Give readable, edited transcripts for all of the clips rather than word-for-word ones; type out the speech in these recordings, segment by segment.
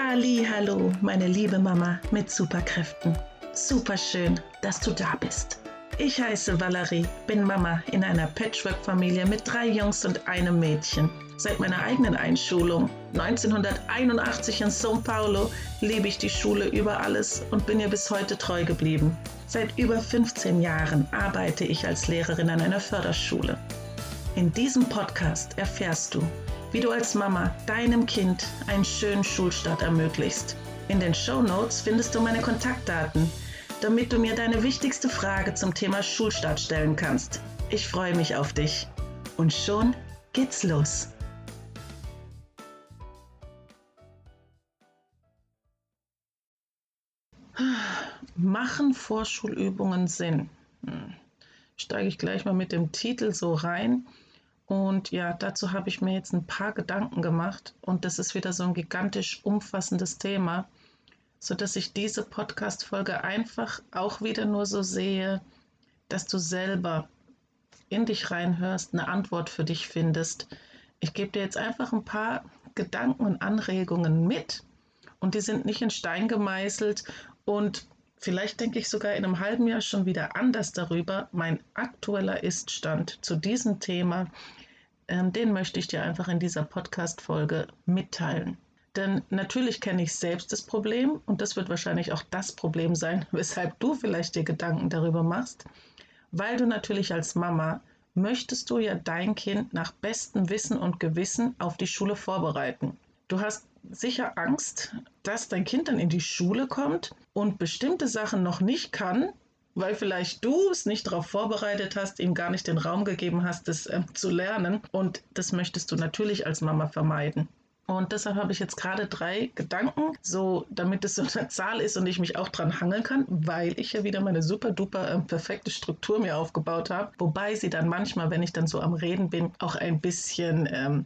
Hallo, meine liebe Mama mit Superkräften. Super schön, dass du da bist. Ich heiße Valerie, bin Mama in einer Patchwork-Familie mit 3 Jungs und einem Mädchen. Seit meiner eigenen Einschulung 1981 in São Paulo liebe ich die Schule über alles und bin ihr bis heute treu geblieben. Seit über 15 Jahren arbeite ich als Lehrerin an einer Förderschule. In diesem Podcast erfährst du, wie du als Mama deinem Kind einen schönen Schulstart ermöglichst. In den Shownotes findest du meine Kontaktdaten, damit du mir deine wichtigste Frage zum Thema Schulstart stellen kannst. Ich freue mich auf dich. Und schon geht's los. Machen Vorschulübungen Sinn? Steige ich gleich mal mit dem Titel so rein. Und ja, dazu habe ich mir jetzt ein paar Gedanken gemacht und das ist wieder so ein gigantisch umfassendes Thema, sodass ich diese Podcast-Folge einfach auch wieder nur so sehe, dass du selber in dich reinhörst, eine Antwort für dich findest. Ich gebe dir jetzt einfach ein paar Gedanken und Anregungen mit und die sind nicht in Stein gemeißelt und vielleicht denke ich sogar in einem halben Jahr schon wieder anders darüber. Mein aktueller Ist-Stand zu diesem Thema, den möchte ich dir einfach in dieser Podcast-Folge mitteilen. Denn natürlich kenne ich selbst das Problem und das wird wahrscheinlich auch das Problem sein, weshalb du vielleicht dir Gedanken darüber machst, weil du natürlich als Mama möchtest du ja dein Kind nach bestem Wissen und Gewissen auf die Schule vorbereiten. Du hast sicher Angst, dass dein Kind dann in die Schule kommt und bestimmte Sachen noch nicht kann, weil vielleicht du es nicht darauf vorbereitet hast, ihm gar nicht den Raum gegeben hast, das zu lernen. Und das möchtest du natürlich als Mama vermeiden. Und deshalb habe ich jetzt gerade 3 Gedanken, so damit es so eine Zahl ist und ich mich auch dran hangeln kann, weil ich ja wieder meine super duper perfekte Struktur mir aufgebaut habe. Wobei sie dann manchmal, wenn ich dann so am Reden bin, auch ein bisschen,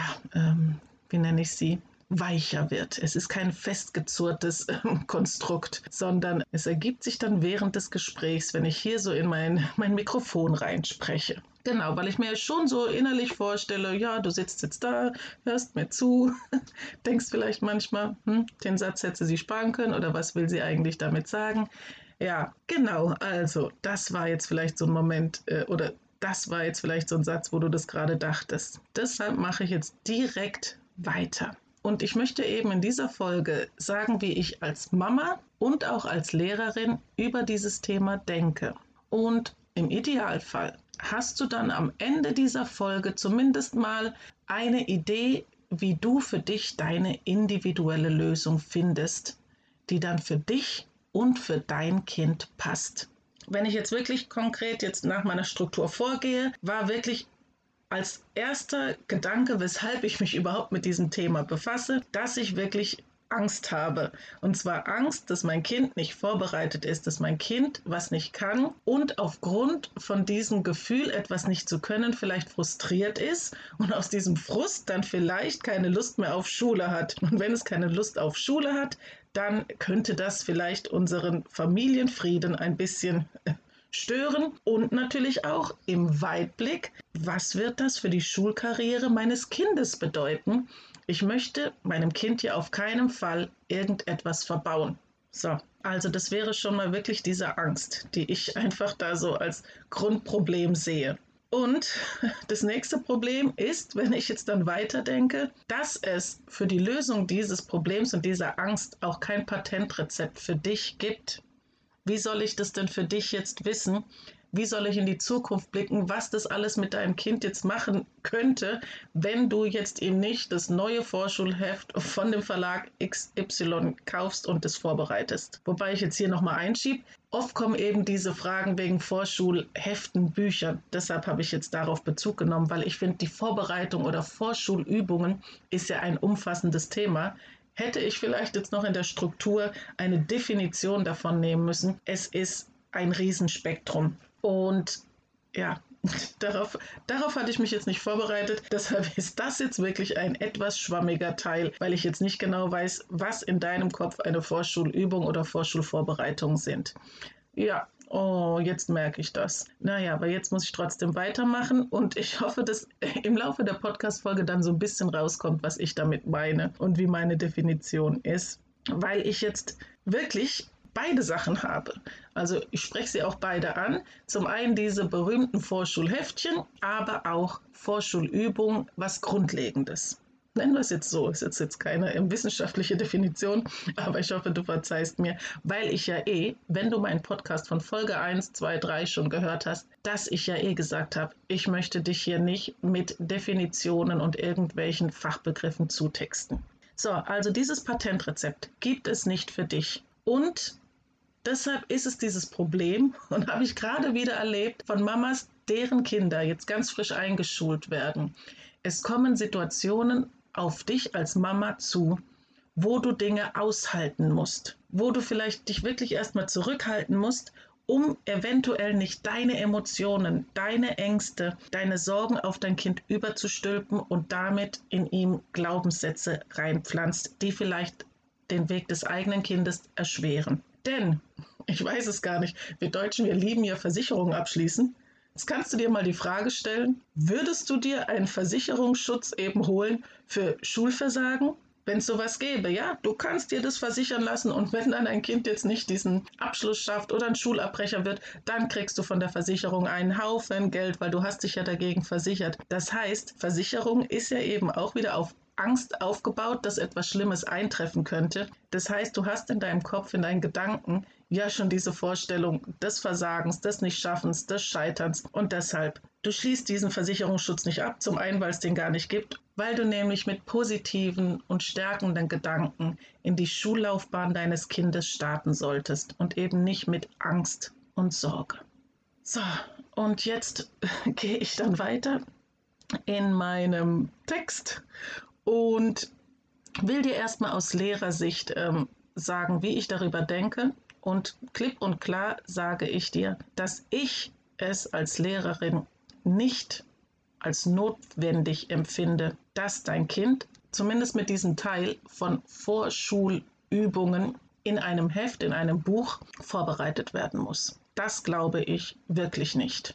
wie nenne ich sie? Weicher wird. Es ist kein festgezurrtes Konstrukt, sondern es ergibt sich dann während des Gesprächs, wenn ich hier so in mein Mikrofon reinspreche. Genau, weil ich mir schon so innerlich vorstelle, ja, du sitzt jetzt da, hörst mir zu, denkst vielleicht manchmal, den Satz hätte sie sparen können oder was will sie eigentlich damit sagen? Ja, genau, also das war jetzt vielleicht so ein Moment oder das war jetzt vielleicht so ein Satz, wo du das gerade dachtest. Deshalb mache ich jetzt direkt weiter. Und ich möchte eben in dieser Folge sagen, wie ich als Mama und auch als Lehrerin über dieses Thema denke. Und im Idealfall hast du dann am Ende dieser Folge zumindest mal eine Idee, wie du für dich deine individuelle Lösung findest, die dann für dich und für dein Kind passt. Wenn ich jetzt wirklich konkret jetzt nach meiner Struktur vorgehe, war wirklich als erster Gedanke, weshalb ich mich überhaupt mit diesem Thema befasse, dass ich wirklich Angst habe. Und zwar Angst, dass mein Kind nicht vorbereitet ist, dass mein Kind was nicht kann und aufgrund von diesem Gefühl, etwas nicht zu können, vielleicht frustriert ist und aus diesem Frust dann vielleicht keine Lust mehr auf Schule hat. Und wenn es keine Lust auf Schule hat, dann könnte das vielleicht unseren Familienfrieden ein bisschen stören und natürlich auch im Weitblick, was wird das für die Schulkarriere meines Kindes bedeuten? Ich möchte meinem Kind ja auf keinen Fall irgendetwas verbauen. So, also das wäre schon mal wirklich diese Angst, die ich einfach da so als Grundproblem sehe. Und das nächste Problem ist, wenn ich jetzt dann weiterdenke, dass es für die Lösung dieses Problems und dieser Angst auch kein Patentrezept für dich gibt. Wie soll ich das denn für dich jetzt wissen? Wie soll ich in die Zukunft blicken, was das alles mit deinem Kind jetzt machen könnte, wenn du jetzt ihm nicht das neue Vorschulheft von dem Verlag XY kaufst und es vorbereitest? Wobei ich jetzt hier nochmal einschiebe, oft kommen eben diese Fragen wegen Vorschulheften, Büchern. Deshalb habe ich jetzt darauf Bezug genommen, weil ich finde, die Vorbereitung oder Vorschulübungen ist ja ein umfassendes Thema. Hätte ich vielleicht jetzt noch in der Struktur eine Definition davon nehmen müssen. Es ist ein Riesenspektrum. Und ja, darauf hatte ich mich jetzt nicht vorbereitet. Deshalb ist das jetzt wirklich ein etwas schwammiger Teil, weil ich jetzt nicht genau weiß, was in deinem Kopf eine Vorschulübung oder Vorschulvorbereitung sind. Ja, Oh, jetzt merke ich das. Naja, aber jetzt muss ich trotzdem weitermachen und ich hoffe, dass im Laufe der Podcast-Folge dann so ein bisschen rauskommt, was ich damit meine und wie meine Definition ist, weil ich jetzt wirklich beide Sachen habe. Also ich spreche sie auch beide an. Zum einen diese berühmten Vorschulheftchen, aber auch Vorschulübungen, was Grundlegendes. Nennen wir es jetzt so, ist jetzt keine wissenschaftliche Definition, aber ich hoffe, du verzeihst mir, weil ich ja wenn du meinen Podcast von Folge 1, 2, 3 schon gehört hast, dass ich ja gesagt habe, ich möchte dich hier nicht mit Definitionen und irgendwelchen Fachbegriffen zutexten. So, also dieses Patentrezept gibt es nicht für dich. Und deshalb ist es dieses Problem und habe ich gerade wieder erlebt von Mamas, deren Kinder jetzt ganz frisch eingeschult werden. Es kommen Situationen auf dich als Mama zu, wo du Dinge aushalten musst, wo du vielleicht dich wirklich erstmal zurückhalten musst, um eventuell nicht deine Emotionen, deine Ängste, deine Sorgen auf dein Kind überzustülpen und damit in ihm Glaubenssätze reinpflanzt, die vielleicht den Weg des eigenen Kindes erschweren. Denn, ich weiß es gar nicht, wir Deutschen, wir lieben ja Versicherungen abschließen. Jetzt kannst du dir mal die Frage stellen, würdest du dir einen Versicherungsschutz eben holen für Schulversagen? Wenn es sowas gäbe, ja, du kannst dir das versichern lassen und wenn dann ein Kind jetzt nicht diesen Abschluss schafft oder ein Schulabbrecher wird, dann kriegst du von der Versicherung einen Haufen Geld, weil du hast dich ja dagegen versichert. Das heißt, Versicherung ist ja eben auch wieder auf Angst aufgebaut, dass etwas Schlimmes eintreffen könnte. Das heißt, du hast in deinem Kopf, in deinen Gedanken ja schon diese Vorstellung des Versagens, des Nichtschaffens, des Scheiterns und deshalb, du schließt diesen Versicherungsschutz nicht ab, zum einen, weil es den gar nicht gibt, weil du nämlich mit positiven und stärkenden Gedanken in die Schullaufbahn deines Kindes starten solltest und eben nicht mit Angst und Sorge. So, und jetzt gehe ich dann weiter in meinem Text und will dir erstmal aus Lehrersicht sagen, wie ich darüber denke. Und klipp und klar sage ich dir, dass ich es als Lehrerin nicht als notwendig empfinde, dass dein Kind zumindest mit diesem Teil von Vorschulübungen in einem Heft, in einem Buch vorbereitet werden muss. Das glaube ich wirklich nicht.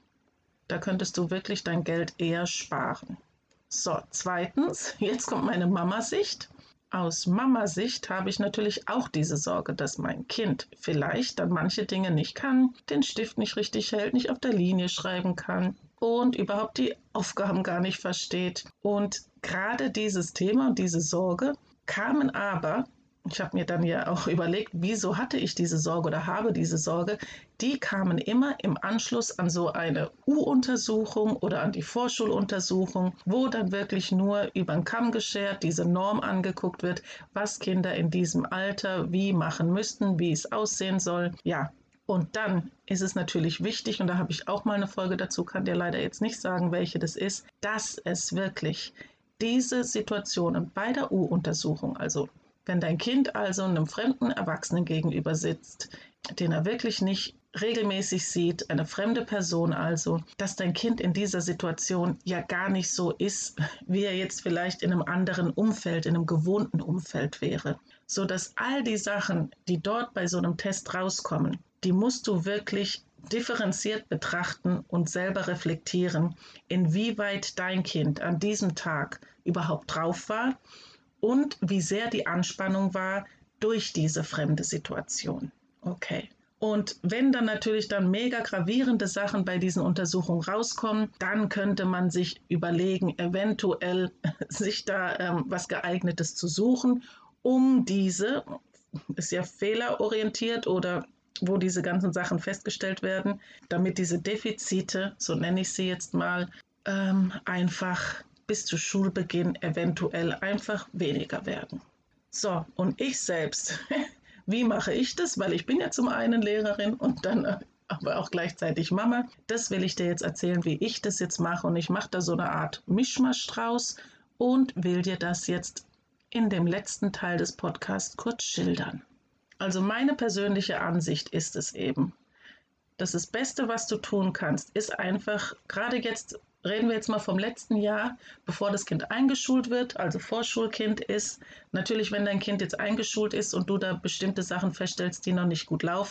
Da könntest du wirklich dein Geld eher sparen. So, zweitens, jetzt kommt meine Mama-Sicht. Aus Mama-Sicht habe ich natürlich auch diese Sorge, dass mein Kind vielleicht dann manche Dinge nicht kann, den Stift nicht richtig hält, nicht auf der Linie schreiben kann und überhaupt die Aufgaben gar nicht versteht. Und gerade dieses Thema und diese Sorge kamen aber, ich habe mir dann ja auch überlegt, wieso hatte ich diese Sorge oder habe diese Sorge, die kamen immer im Anschluss an so eine U-Untersuchung oder an die Vorschuluntersuchung, wo dann wirklich nur über den Kamm geschert diese Norm angeguckt wird, was Kinder in diesem Alter wie machen müssten, wie es aussehen soll. Ja, und dann ist es natürlich wichtig, und da habe ich auch mal eine Folge dazu, kann dir leider jetzt nicht sagen, welche das ist, dass es wirklich diese Situationen bei der U-Untersuchung, also wenn dein Kind also einem fremden Erwachsenen gegenüber sitzt, den er wirklich nicht regelmäßig sieht, eine fremde Person also, dass dein Kind in dieser Situation ja gar nicht so ist, wie er jetzt vielleicht in einem anderen Umfeld, in einem gewohnten Umfeld wäre. So dass all die Sachen, die dort bei so einem Test rauskommen, die musst du wirklich differenziert betrachten und selber reflektieren, inwieweit dein Kind an diesem Tag überhaupt drauf war und wie sehr die Anspannung war durch diese fremde Situation. Okay. Und wenn dann natürlich dann mega gravierende Sachen bei diesen Untersuchungen rauskommen, dann könnte man sich überlegen, eventuell sich da was Geeignetes zu suchen, um diese, ist ja fehlerorientiert oder wo diese ganzen Sachen festgestellt werden, damit diese Defizite, so nenne ich sie jetzt mal, einfach bis zu Schulbeginn eventuell einfach weniger werden. So, und ich selbst, wie mache ich das? Weil ich bin ja zum einen Lehrerin und dann aber auch gleichzeitig Mama. Das will ich dir jetzt erzählen, wie ich das jetzt mache. Und ich mache da so eine Art Mischmasch draus und will dir das jetzt in dem letzten Teil des Podcasts kurz schildern. Also meine persönliche Ansicht ist es eben, dass das Beste, was du tun kannst, ist einfach, gerade jetzt reden wir jetzt mal vom letzten Jahr, bevor das Kind eingeschult wird, also Vorschulkind ist. Natürlich, wenn dein Kind jetzt eingeschult ist und du da bestimmte Sachen feststellst, die noch nicht gut laufen,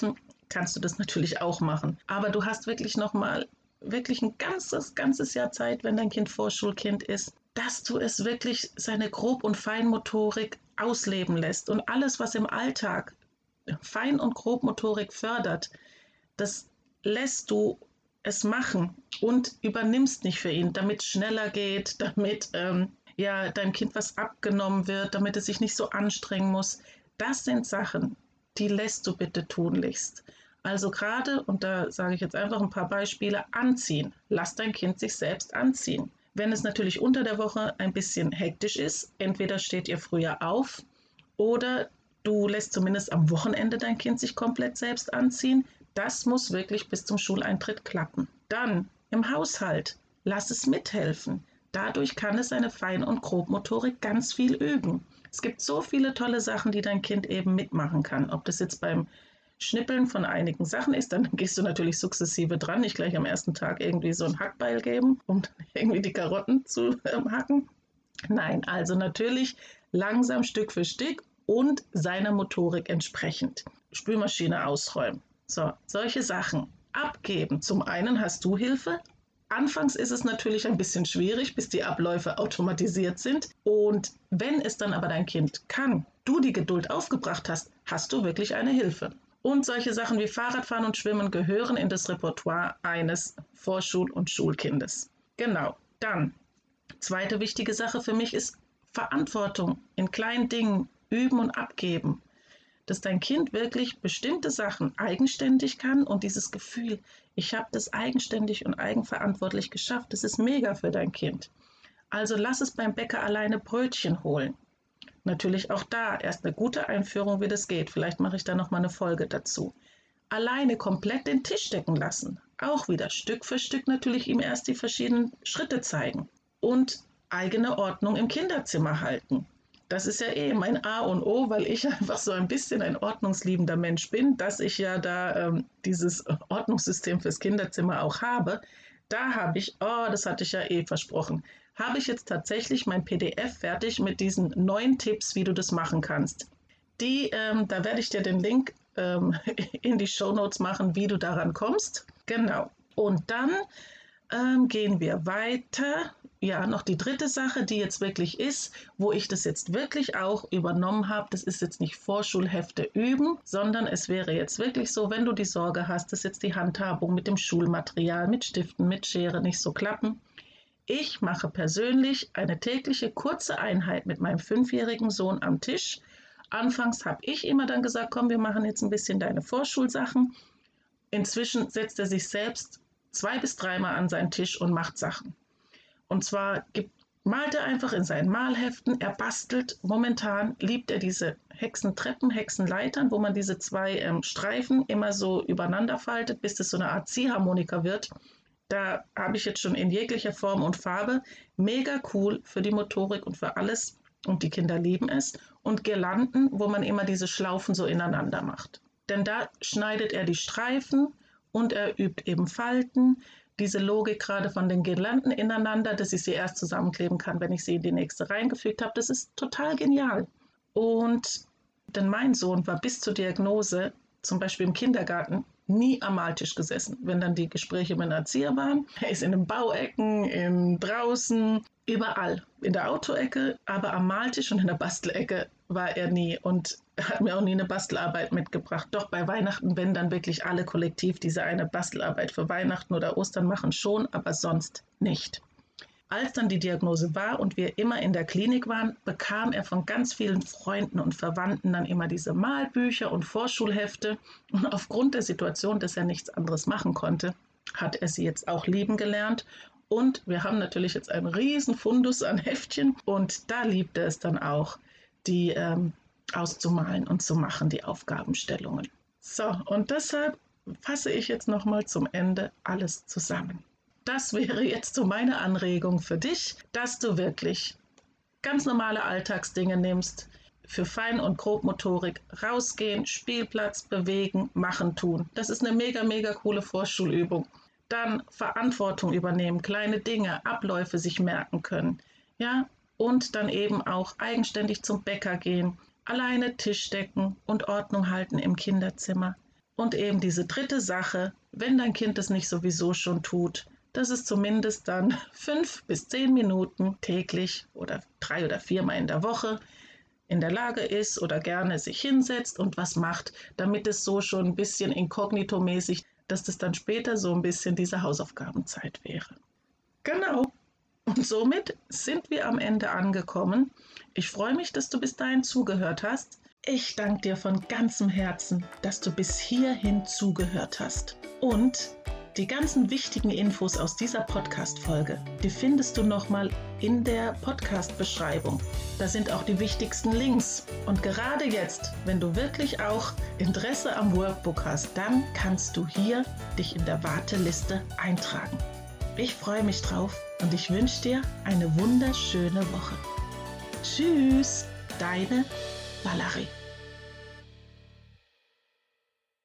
kannst du das natürlich auch machen. Aber du hast wirklich nochmal wirklich ein ganzes Jahr Zeit, wenn dein Kind Vorschulkind ist, dass du es wirklich seine Grob- und Feinmotorik ausleben lässt. Und alles, was im Alltag Fein- und Grobmotorik fördert, das lässt du es machen und übernimmst nicht für ihn, damit es schneller geht, damit ja, deinem Kind was abgenommen wird, damit es sich nicht so anstrengen muss. Das sind Sachen, die lässt du bitte tunlichst. Also gerade, und da sage ich jetzt einfach ein paar Beispiele, anziehen. Lass dein Kind sich selbst anziehen. Wenn es natürlich unter der Woche ein bisschen hektisch ist, entweder steht ihr früher auf oder du lässt zumindest am Wochenende dein Kind sich komplett selbst anziehen. Das muss wirklich bis zum Schuleintritt klappen. Dann im Haushalt, lass es mithelfen. Dadurch kann es seine Fein- und Grobmotorik ganz viel üben. Es gibt so viele tolle Sachen, die dein Kind eben mitmachen kann. Ob das jetzt beim Schnippeln von einigen Sachen ist, dann gehst du natürlich sukzessive dran, nicht gleich am ersten Tag irgendwie so ein Hackbeil geben, um irgendwie die Karotten zu hacken. Nein, also natürlich langsam Stück für Stück und seiner Motorik entsprechend. Spülmaschine ausräumen. So, solche Sachen abgeben. Zum einen hast du Hilfe. Anfangs ist es natürlich ein bisschen schwierig, bis die Abläufe automatisiert sind. Und wenn es dann aber dein Kind kann, du die Geduld aufgebracht hast, hast du wirklich eine Hilfe. Und solche Sachen wie Fahrradfahren und Schwimmen gehören in das Repertoire eines Vorschul- und Schulkindes. Genau, dann zweite wichtige Sache für mich ist Verantwortung in kleinen Dingen üben und abgeben. Dass dein Kind wirklich bestimmte Sachen eigenständig kann und dieses Gefühl, ich habe das eigenständig und eigenverantwortlich geschafft, das ist mega für dein Kind. Also lass es beim Bäcker alleine Brötchen holen. Natürlich auch da erst eine gute Einführung, wie das geht. Vielleicht mache ich da noch mal eine Folge dazu. Alleine komplett den Tisch decken lassen. Auch wieder Stück für Stück natürlich ihm erst die verschiedenen Schritte zeigen. Und eigene Ordnung im Kinderzimmer halten. Das ist ja eh mein A und O, weil ich einfach so ein bisschen ein ordnungsliebender Mensch bin, dass ich ja da dieses Ordnungssystem fürs Kinderzimmer auch habe. Da habe ich, oh, das hatte ich ja eh versprochen, habe ich jetzt tatsächlich mein PDF fertig mit diesen 9 Tipps, wie du das machen kannst. Da werde ich dir den Link in die Shownotes machen, wie du daran kommst. Genau. Und dann gehen wir weiter. Ja, noch die dritte Sache, die jetzt wirklich ist, wo ich das jetzt wirklich auch übernommen habe. Das ist jetzt nicht Vorschulhefte üben, sondern es wäre jetzt wirklich so, wenn du die Sorge hast, dass jetzt die Handhabung mit dem Schulmaterial, mit Stiften, mit Schere nicht so klappen. Ich mache persönlich eine tägliche kurze Einheit mit meinem 5-jährigen Sohn am Tisch. Anfangs habe ich immer dann gesagt, komm, wir machen jetzt ein bisschen deine Vorschulsachen. Inzwischen setzt er sich selbst 2 bis 3 Mal an seinen Tisch und macht Sachen. Und zwar malt er einfach in seinen Malheften, er bastelt. Momentan liebt er diese Hexentreppen, Hexenleitern, wo man diese 2 Streifen immer so übereinander faltet, bis das so eine Art Ziehharmonika wird. Da habe ich jetzt schon in jeglicher Form und Farbe. Mega cool für die Motorik und für alles. Und die Kinder lieben es. Und Girlanden, wo man immer diese Schlaufen so ineinander macht. Denn da schneidet er die Streifen und er übt eben Falten. Diese Logik gerade von den Girlanden ineinander, dass ich sie erst zusammenkleben kann, wenn ich sie in die nächste reingefügt habe. Das ist total genial. Und denn mein Sohn war bis zur Diagnose, zum Beispiel im Kindergarten, nie am Maltisch gesessen. Wenn dann die Gespräche mit dem Erzieher waren, er ist in den Bauecken, draußen, überall. In der Autoecke, aber am Maltisch und in der Bastelecke war er nie. Und er hat mir auch nie eine Bastelarbeit mitgebracht. Doch bei Weihnachten, wenn dann wirklich alle kollektiv diese eine Bastelarbeit für Weihnachten oder Ostern machen, schon, aber sonst nicht. Als dann die Diagnose war und wir immer in der Klinik waren, bekam er von ganz vielen Freunden und Verwandten dann immer diese Malbücher und Vorschulhefte. Und aufgrund der Situation, dass er nichts anderes machen konnte, hat er sie jetzt auch lieben gelernt. Und wir haben natürlich jetzt einen riesen Fundus an Heftchen und da liebt er es dann auch, die auszumalen und zu machen, die Aufgabenstellungen. So, und deshalb fasse ich jetzt nochmal zum Ende alles zusammen. Das wäre jetzt so meine Anregung für dich, dass du wirklich ganz normale Alltagsdinge nimmst, für Fein- und Grobmotorik rausgehen, Spielplatz, bewegen, machen, tun. Das ist eine mega coole Vorschulübung. Dann Verantwortung übernehmen, kleine Dinge, Abläufe sich merken können. Ja, und dann eben auch eigenständig zum Bäcker gehen, alleine Tisch decken und Ordnung halten im Kinderzimmer. Und eben diese dritte Sache, wenn dein Kind es nicht sowieso schon tut, dass es zumindest dann 5 bis 10 Minuten täglich oder 3 oder 4 Mal in der Woche in der Lage ist oder gerne sich hinsetzt und was macht, damit es so schon ein bisschen inkognito-mäßig, dass das dann später so ein bisschen diese Hausaufgabenzeit wäre. Genau. Und somit sind wir am Ende angekommen. Ich freue mich, dass du bis dahin zugehört hast. Ich danke dir von ganzem Herzen, dass du bis hierhin zugehört hast. Und die ganzen wichtigen Infos aus dieser Podcast-Folge, die findest du nochmal in der Podcast-Beschreibung. Da sind auch die wichtigsten Links. Und gerade jetzt, wenn du wirklich auch Interesse am Workbook hast, dann kannst du hier dich in der Warteliste eintragen. Ich freue mich drauf und ich wünsche dir eine wunderschöne Woche. Tschüss, deine Valerie.